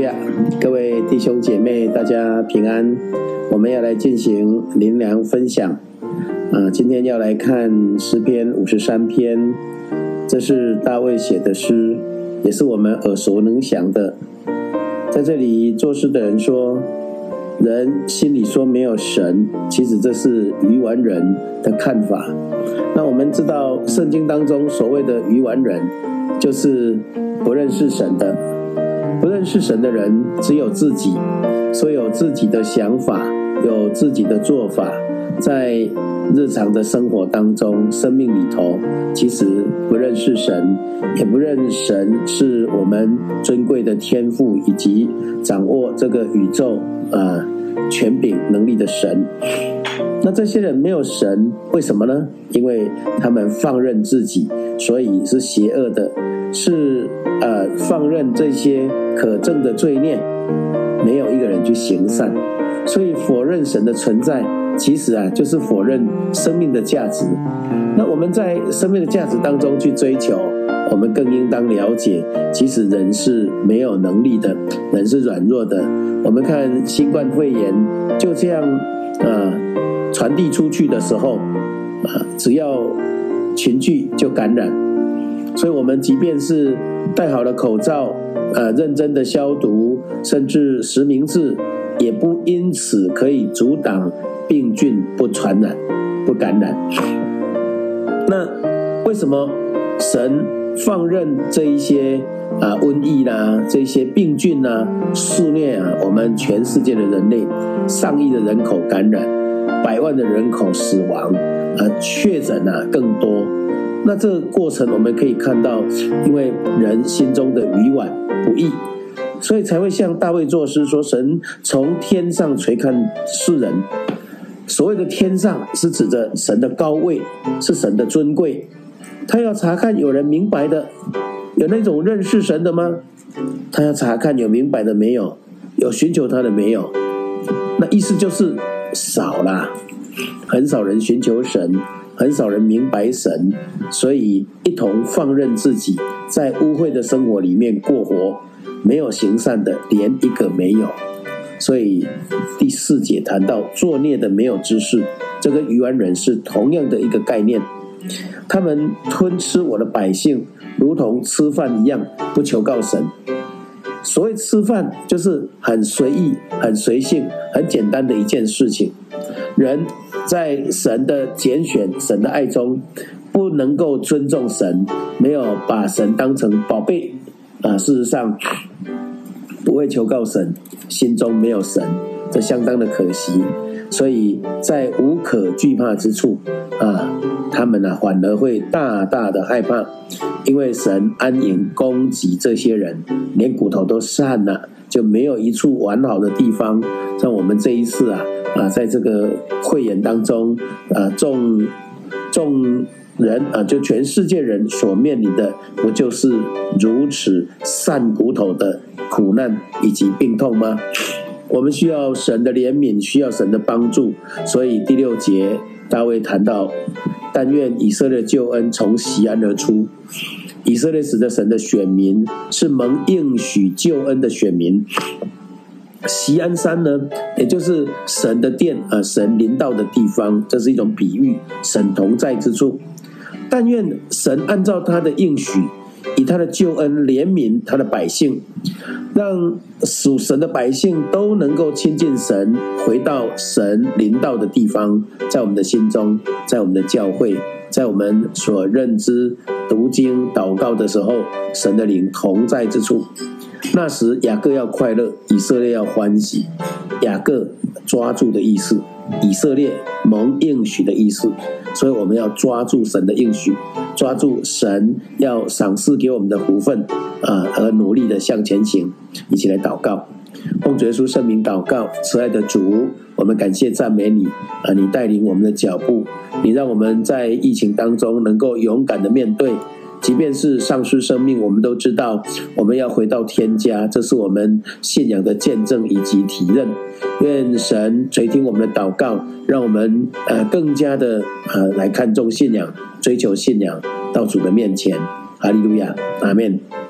亚，各位弟兄姐妹，大家平安。我们要来进行灵粮分享。今天要来看诗篇53篇，这是大卫写的诗，也是我们耳熟能详的。在这里作诗的人说，人心里说没有神，其实这是愚顽人的看法。那我们知道圣经当中所谓的愚顽人，就是不认识神的。不认识神的人只有自己，所以有自己的想法，有自己的做法，在日常的生活当中，生命里头其实不认识神，也不认神是我们尊贵的天父，以及掌握这个宇宙权柄能力的神。那这些人没有神，为什么呢？因为他们放任自己，所以是邪恶的，是放任这些可憎的罪孽，没有一个人去行善。所以否认神的存在，其实就是否认生命的价值。那我们在生命的价值当中去追求，我们更应当了解，其实人是没有能力的，人是软弱的。我们看新冠肺炎就这样传递出去的时候，只要群聚就感染。所以我们即便是戴好了口罩，认真的消毒，甚至实名制，也不因此可以阻挡病菌不传染、不感染。那为什么神放任这一些瘟疫啦、这些病菌啦肆虐我们全世界的人类，上亿的人口感染，100万的人口死亡，确诊更多。那这个过程我们可以看到，因为人心中的愚顽不义，所以才会像大卫作诗说，神从天上垂看世人。所谓的天上是指着神的高位，是神的尊贵。他要查看有人明白的，有那种认识神的吗？他要查看有明白的没有，有寻求他的没有。那意思就是少啦，很少人寻求神，很少人明白神，所以一同放任自己在污秽的生活里面过活，没有行善的连一个没有。所以第4节谈到作孽的没有知识，这跟愚顽人是同样的一个概念。他们吞吃我的百姓，如同吃饭一样，不求告神。所谓吃饭，就是很随意、很随性、很简单的一件事情。人在神的拣选、神的爱中，不能够尊重神，没有把神当成宝贝事实上不会求告神，心中没有神，这相当的可惜。所以在无可惧怕之处他们反而会大大的害怕，因为神安营攻击这些人，连骨头都散了，就没有一处完好的地方。像我们这一次在这个会演当中众人就全世界人所面临的，不就是如此散骨头的苦难以及病痛吗？我们需要神的怜悯，需要神的帮助。所以第6节大卫谈到，但愿以色列救恩从锡安而出。以色列指的神的选民，是蒙应许救恩的选民。锡安山呢，也就是神的殿神临到的地方，这是一种比喻，神同在之处。但愿神按照他的应许，以他的救恩怜悯他的百姓，让属神的百姓都能够亲近神，回到神临到的地方，在我们的心中，在我们的教会，在我们所认知读经祷告的时候，神的灵同在之处。那时雅各要快乐，以色列要欢喜。雅各抓住的意思，以色列蒙应许的意思。所以我们要抓住神的应许，抓住神要赏赐给我们的福分而努力的向前行。一起来祷告。奉主耶稣圣名祷告，慈爱的主，我们感谢赞美你你带领我们的脚步，你让我们在疫情当中能够勇敢的面对，即便是丧失生命，我们都知道我们要回到天家，这是我们信仰的见证以及体认。愿神垂听我们的祷告，让我们更加的来看重信仰，追求信仰，到主的面前。哈利路亚，阿们。